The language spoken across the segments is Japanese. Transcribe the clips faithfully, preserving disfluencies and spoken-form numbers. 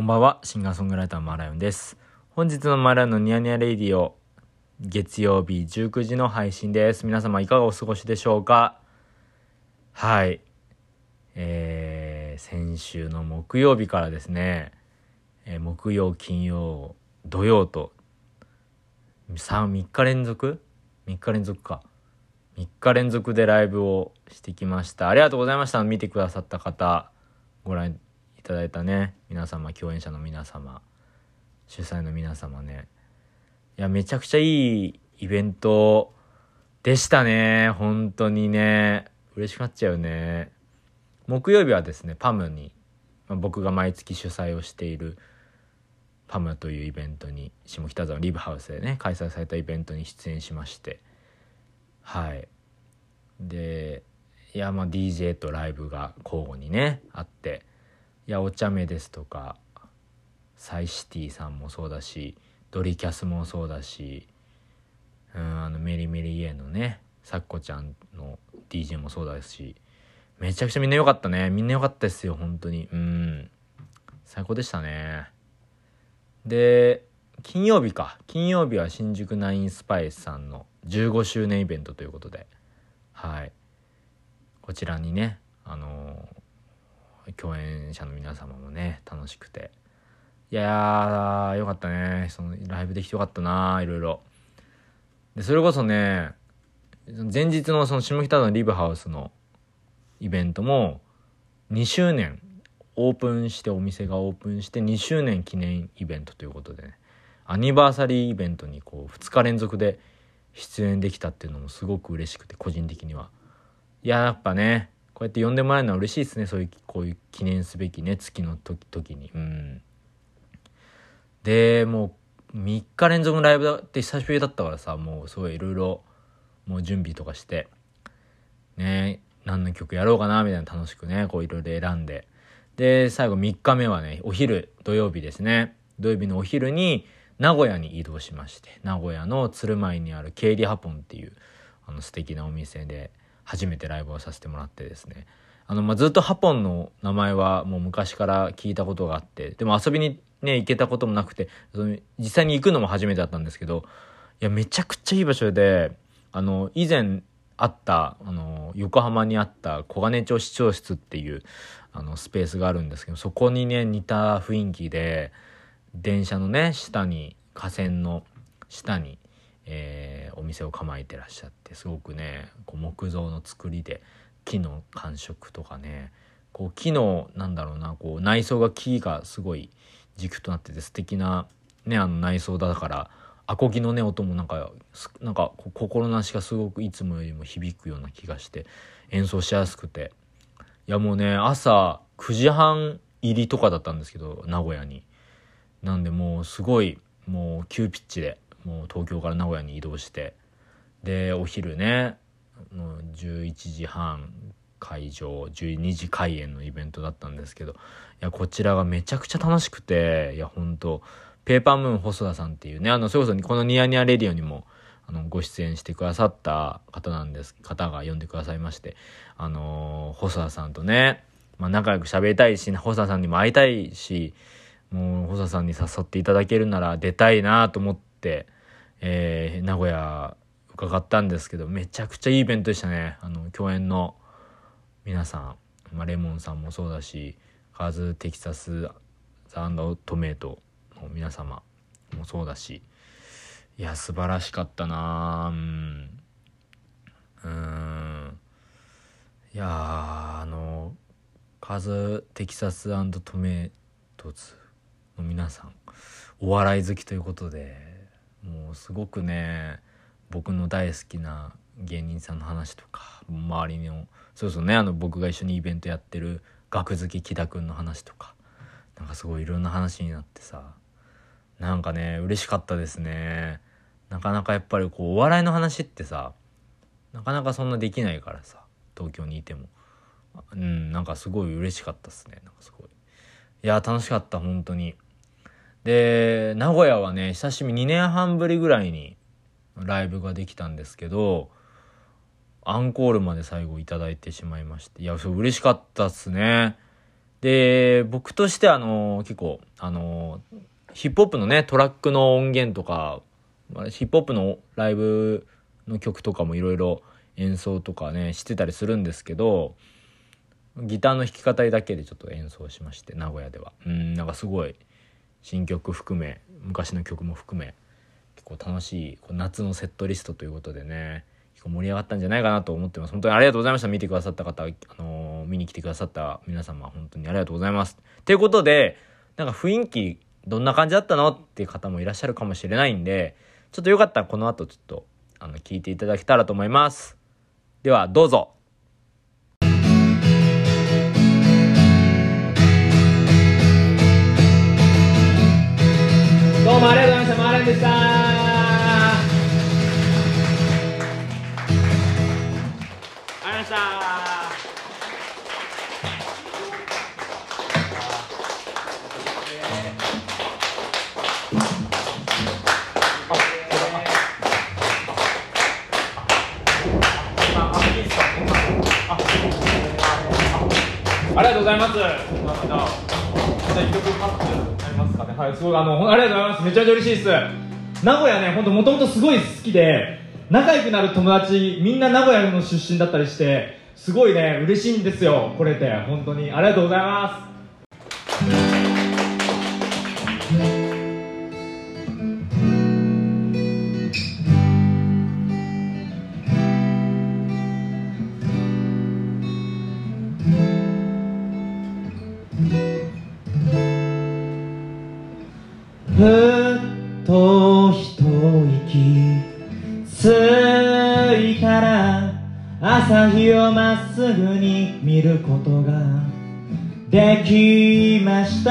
んばんは、シンガーソングライターマーライオンです。本日のマーライオンのニヤニヤレイディオ、月曜日じゅうくじの配信です。皆様いかがお過ごしでしょうか。はい、えー、先週の木曜日からですね、えー、木曜、金曜、土曜とさん、みっか連続 ?みっ 日連続か。みっか連続でライブをしてきました。ありがとうございました。見てくださった方、ご覧いただいたね皆様、共演者の皆様、主催の皆様ね、いやめちゃくちゃいいイベントでしたね。本当にね嬉しくなっちゃうね。木曜日はですね、パムに、まあ、僕が毎月主催をしているパムというイベントに、下北沢のリブハウスでね開催されたイベントに出演しまして、はいでいやまあ ディージェー とライブが交互にねあって、いやお茶目ですとかサイシティさんもそうだし、ドリキャスもそうだし、うんあのメリメリイエのねさっこちゃんの ディージェー もそうだし、めちゃくちゃみんな良かったね。みんな良かったですよ本当に。うん最高でしたね。で金曜日か金曜日は新宿ナインスパイスさんのじゅうごしゅうねんイベントということで、はいこちらにねあのー、共演者の皆様もね楽しくて、いやーよかったね。そのライブできてよかったな。いろいろで、それこそね前日のその下北沢のリブハウスのイベントもにしゅうねんオープンして、お店がオープンしてにしゅうねん記念イベントということでね、アニバーサリーイベントにこうふつか連続で出演できたっていうのもすごく嬉しくて、個人的には。いややっぱねこうやって呼んでもらえるのは嬉しいですね。そういうこういう記念すべきね月の時時に。うんでもうみっか連続のライブって久しぶりだったからさ、もうすごいいろいろもう準備とかしてね、何の曲やろうかなみたいな楽しくねこういろいろ選んで、で最後みっかめはねお昼、土曜日ですね、土曜日のお昼に名古屋に移動しまして、名古屋の鶴舞にあるケイリハポンっていうあの素敵なお店で初めてライブをさせてもらってですね、あの、まあ、ずっとハポンの名前はもう昔から聞いたことがあって、でも遊びにね行けたこともなくて、その実際に行くのも初めてだったんですけど、いやめちゃくちゃいい場所で、あの以前あったあの横浜にあった小金町市長室っていうあのスペースがあるんですけど、そこにね似た雰囲気で、電車のね下に、架線の下に、えー、お店を構えてらっしゃって、すごくねこう木造の作りで、木の感触とかね、こう木のなんだろうな、こう内装が木がすごい軸となってて素敵なねあの内装だから、アコギのね音もなんかなんか心なしかすごくいつもよりも響くような気がして演奏しやすくて、いやもうね朝くじはん入りとかだったんですけど、名古屋に。なんでもうすごいもう急ピッチでもう東京から名古屋に移動して、でお昼ねもうじゅういちじはん会場、じゅうにじ開演のイベントだったんですけど、いやこちらがめちゃくちゃ楽しくて、いやほんとペーパームーン細田さんっていうね、あのそれこそこのニヤニヤレディオにもあのご出演してくださった方なんです方が呼んでくださいまして、あのー、細田さんとね、まあ、仲良く喋りたいし、細田さんにも会いたいし、もう細田さんに誘っていただけるなら出たいなと思って、えー、名古屋伺ったんですけど、めちゃくちゃいいイベントでしたね。あの共演の皆さん、まあ、レモンさんもそうだし、カズテキサスザ&トメイトの皆様もそうだし、いや素晴らしかったな。うんうーんいやあのカズテキサス&トメイトズの皆さんお笑い好きということで、もうすごくね僕の大好きな芸人さんの話とか、周りのそうそうねあの僕が一緒にイベントやってる学好き木田くんの話とか、なんかすごいいろんな話になってさ、なんかね嬉しかったですね。なかなかやっぱりこうお笑いの話ってさ、なかなかそんなできないからさ、東京にいてもうんなんかすごい嬉しかったですね。なんかすごいいや楽しかった本当に。で名古屋はね久しぶりにねんはんぶりぐらいにライブができたんですけど、アンコールまで最後いただいてしまいまして、いやそう嬉しかったっすね。 で、僕としてはあの結構あのヒップホップのねトラックの音源とか、ヒップホップのライブの曲とかもいろいろ演奏とかねしてたりするんですけど、ギターの弾き語りだけでちょっと演奏しまして、名古屋ではうんなんかすごい新曲含め昔の曲も含め結構楽しい夏のセットリストということでね、結構盛り上がったんじゃないかなと思ってます。本当にありがとうございました。見てくださった方、あのー、見に来てくださった皆様本当にありがとうございます。ということで、なんか雰囲気どんな感じだったのっていう方もいらっしゃるかもしれないんで、ちょっとよかったらこの後ちょっとあの聞いていただけたらと思います。ではどうぞ。どうもありがとうございました。マーレンでした。ありがとうございました。ありがとうございます。一曲パッとありますかね。はい、すごいあのありがとうございます。めちゃめちゃ嬉しいです。名古屋ね、本当もともとすごい好きで、仲良くなる友達みんな名古屋の出身だったりして、すごいね嬉しいんですよ。来れて本当にありがとうございます。ふっと一息ついたら朝日をまっすぐに見ることができました。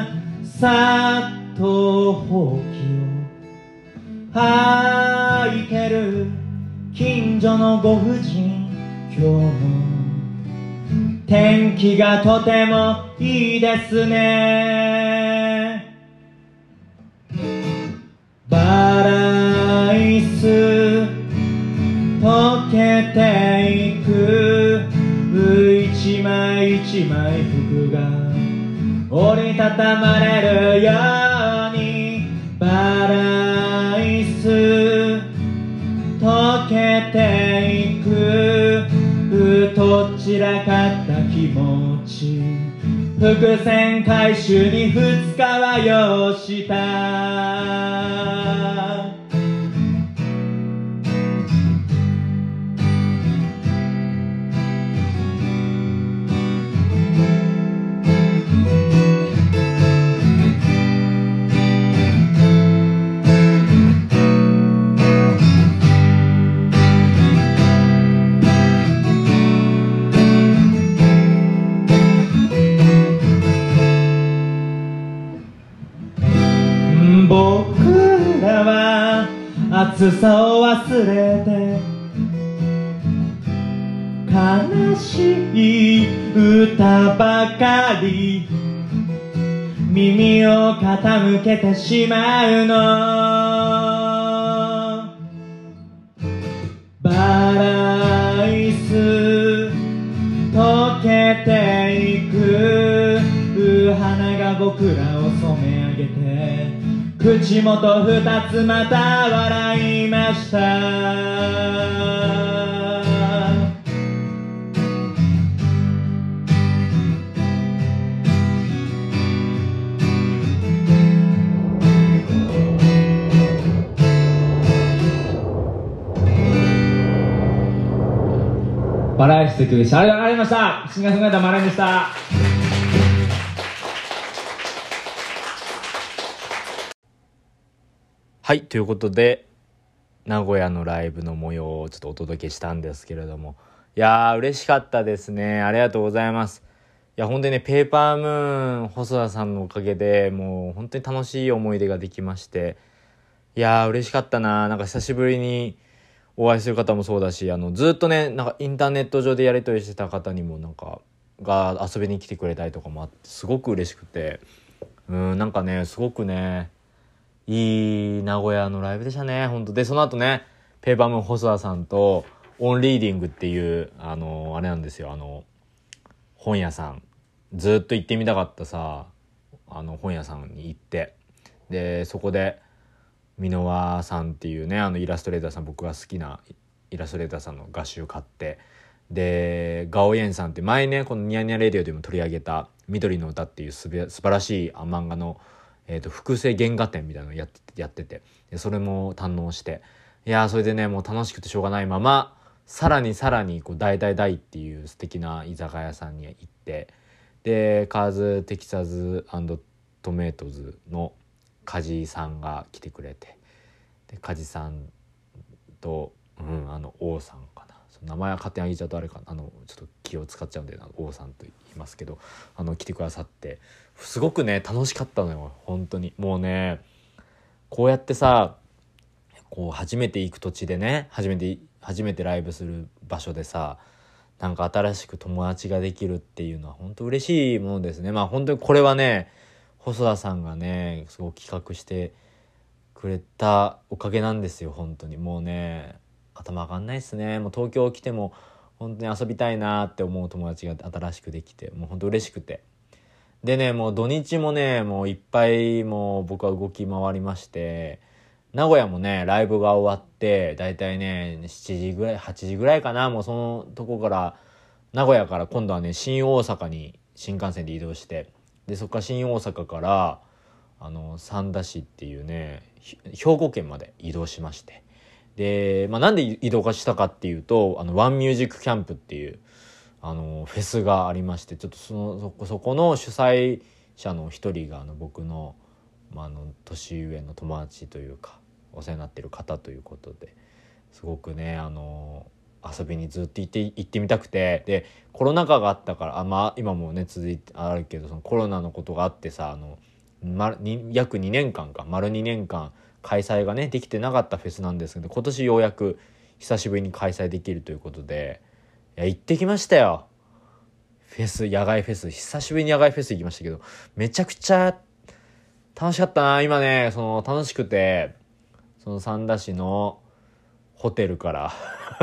さっとほうきを履いてる近所のご婦人、今日も天気がとてもいいですね。バライス溶けていく、一枚一枚服が折りたたまれるように、バライス溶けていく、と散らかった気持ち、伏線回収に二日は要した。僕らは暑さを忘れて悲しい歌ばかり耳を傾けてしまうの。バライス溶けていく、花が僕らを染め上げて口元二つまた笑いました。バラエティーでした。ありがとうございました。シンガーソングライターマレンでした。はい、ということで名古屋のライブの模様をちょっとお届けしたんですけれども、いやー嬉しかったですね。ありがとうございます。いや本当にね、ペーパームーン細田さんのおかげでもう本当に楽しい思い出ができまして、いやー嬉しかったな。なんか久しぶりにお会いする方もそうだし、あのずっとねなんかインターネット上でやり取りしてた方にもなんかが遊びに来てくれたりとかもあって、すごく嬉しくて、うんなんかねすごくねいい名古屋のライブでしたね本当で。その後ねペーパームーン細田さんとオンリーディングっていうあのあれなんですよ、あの本屋さんずっと行ってみたかったさあの本屋さんに行って、でそこで箕輪さんっていうねあのイラストレーターさん、僕が好きなイラストレーターさんの画集を買って、でガオイエンさんって前ねこのニヤニヤレディオでも取り上げた緑の歌っていうすべ素晴らしい漫画の、えー、と複製原画展みたいなのをやってやってて、でそれも堪能して、いやーそれでねもう楽しくてしょうがないまま、さらにさらにこう大大大っていう素敵な居酒屋さんに行って、でカーズテキサズ&トメイトズの梶さんが来てくれて、で梶さんと、うん、あの王さんかな、その名前は勝手にあげちゃうとあれかな、あのちょっと気を使っちゃうんで王さんと言いますけど、あの来てくださってすごくね楽しかったのよ本当に。もうねこうやってさこう初めて行く土地でね初めて初めてライブする場所でさ、なんか新しく友達ができるっていうのは本当嬉しいものですね。まあ本当にこれはね細田さんがねすごく企画してくれたおかげなんですよ本当に。もうね頭上がんないですね。もう東京来ても本当に遊びたいなって思う友達が新しくできて、もう本当嬉しくて、でねもう土日もねもういっぱいもう僕は動き回りまして、名古屋もねライブが終わってだいたいねしちじぐらいはちじぐらいかな、もうそのとこから名古屋から今度はね新大阪に新幹線で移動して、でそこから新大阪からあの三田市っていうね兵庫県まで移動しまして、で、まあ、なんで移動化したかっていうとあのワンミュージックキャンプっていうあのフェスがありまして、ちょっとそのそこそこの主催者の一人があの僕の、まあ、あの年上の友達というかお世話になってる方ということで、すごくねあの遊びにずっと行って行ってみたくて、でコロナ禍があったからあ、まあ、今もね続いてあるけどそのコロナのことがあってさあの、ま、に約にねんかんか丸にねんかん開催がねできてなかったフェスなんですけど、今年ようやく久しぶりに開催できるということで、いや行ってきましたよ。フェス野外フェス久しぶりに野外フェス行きましたけど、めちゃくちゃ楽しかったな。今ねその楽しくて、その三田市のホテルから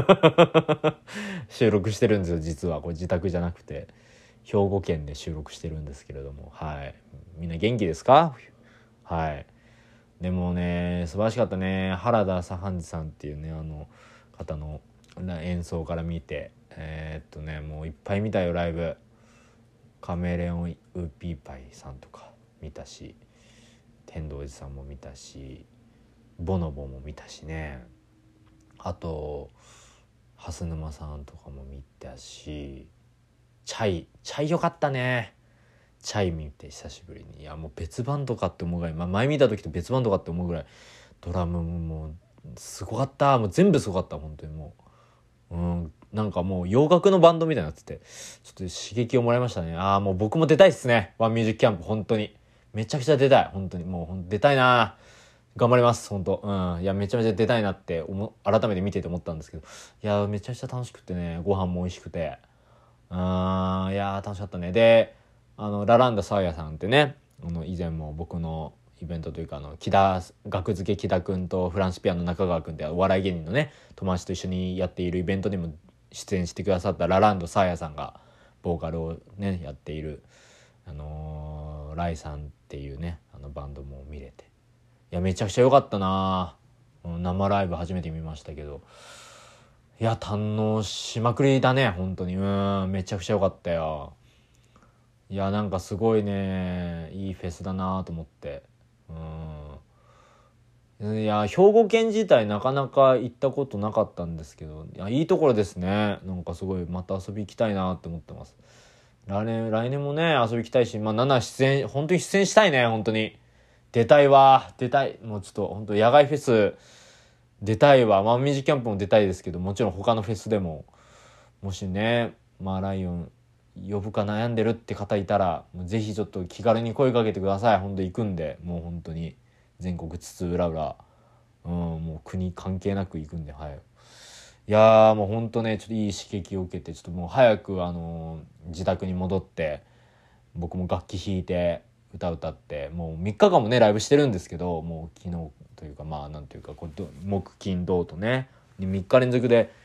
収録してるんですよ実は。これ自宅じゃなくて兵庫県で収録してるんですけれども、はい、みんな元気ですか？はい。でもね素晴らしかったね。原田左半次さんっていうねあの方の演奏から見て、えー、っとねもういっぱい見たよライブ。カメレオンウーピーパイさんとか見たし、天童寺さんも見たし、ボノボも見たしね、あと蓮沼さんとかも見たし、チャイチャイよかったね。チャイ見て久しぶりに、いやもう別バンドかって思うぐらい、まあ、前見た時と別バンドかって思うぐらいドラムもうすごかった。もう全部すごかった本当に。もううんなんかもう洋楽のバンドみたいになっててちょっと刺激をもらいましたね。ああもう僕も出たいっすね。ワンミュージックキャンプ本当にめちゃくちゃ出たい。本当にもうほん出たいな。頑張ります本当。うんいやめちゃめちゃ出たいなって思改めて見てて思ったんですけど、いやめちゃくちゃ楽しくてね、ご飯も美味しくて、うーんいや楽しかったね。であのラランダサーヤさんってねあの以前も僕のイベントというかあの木田学付け木田くんとフランスピアノ中川くんってお笑い芸人のね友達と一緒にやっているイベントにも出演してくださったラランドサーヤさんがボーカルをねやっているあのー、ライさんっていうねあのバンドも見れて、いやめちゃくちゃ良かったな。生ライブ初めて見ましたけど、いや堪能しまくりだね本当に。うんめちゃくちゃ良かったよ。いやなんかすごいねいいフェスだなと思って、うんいや兵庫県自体なかなか行ったことなかったんですけど、いやいいところですね。なんかすごいまた遊び行きたいなって思ってます。来年来年もね遊び行きたいし、まあなな出演本当に出演したいね。本当に出たいわ出たい。もうちょっと本当野外フェス出たいわ。まあミュージックキャンプも出たいですけど、もちろん他のフェスでももしねまあライオン呼ぶか悩んでるって方いたらもうぜひちょっと気軽に声かけてください。本当行くんで、もう本当に全国津々浦々、うん、もう国関係なく行くんで、はい。いやーもう本当ねちょっといい刺激を受けて、ちょっともう早くあのー、自宅に戻って僕も楽器弾いて歌歌って、もうみっかかんもねライブしてるんですけど、もう昨日というかまあなんていうかこう木金土とねみっか連続で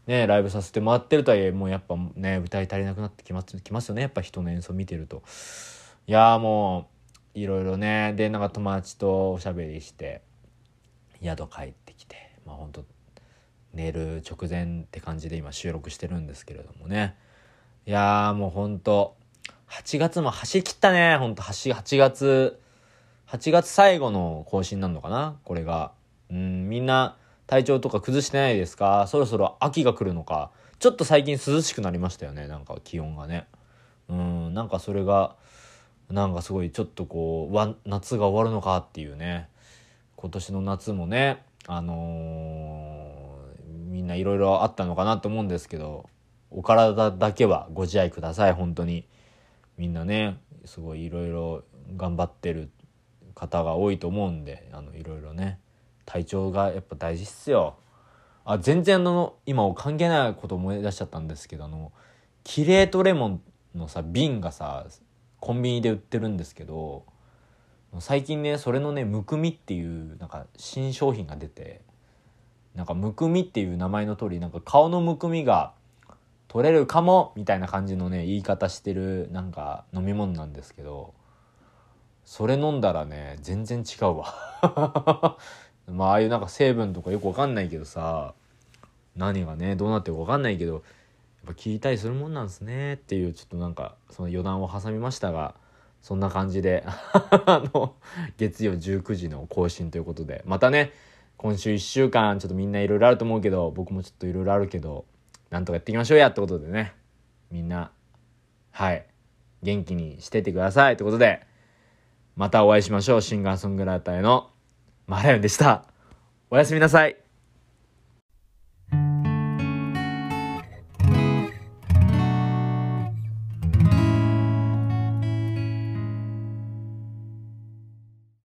ねライブさせてもらってるとはいえもうやっぱね歌い足りなくなってきますきますよね、やっぱ人の演奏見てると。いやーもういろいろねでなんか友達とおしゃべりして宿帰ってきて、まあほんと寝る直前って感じで今収録してるんですけれどもね。いやーもうほんとはちがつも走り切ったね。ほんとはちがつはちがつ最後の更新なのかなこれが。うんみんな体調とか崩してないですか？そろそろ秋が来るのか。ちょっと最近涼しくなりましたよね、なんか気温がね。うんなんかそれがなんかすごいちょっとこうわ夏が終わるのかっていうね。今年の夏もねあのー、みんないろいろあったのかなと思うんですけど、お体だけはご自愛ください。本当にみんなねすごいいろいろ頑張ってる方が多いと思うんで、あのいろいろね体調がやっぱ大事っすよ。あ全然あの今関係ないこと思い出しちゃったんですけど、あのキレートレモンのさ瓶がさコンビニで売ってるんですけど、最近ねそれのねむくみっていうなんか新商品が出て、なんかむくみっていう名前の通りなんか顔のむくみが取れるかもみたいな感じのね言い方してるなんか飲み物なんですけど、それ飲んだらね全然違うわまあああいうなんか成分とかよくわかんないけどさ、何がねどうなってるかわかんないけどやっぱ聞いたりするもんなんですねっていう、ちょっとなんかその余談を挟みましたが、そんな感じであの月曜じゅうくじの更新ということで、またね今週いっしゅうかんちょっとみんないろいろあると思うけど、僕もちょっといろいろあるけどなんとかやっていきましょうやってことでね、みんなはい元気にしててくださいってことで、またお会いしましょう。シンガーソングライターへのマーライオンでした。おやすみなさい。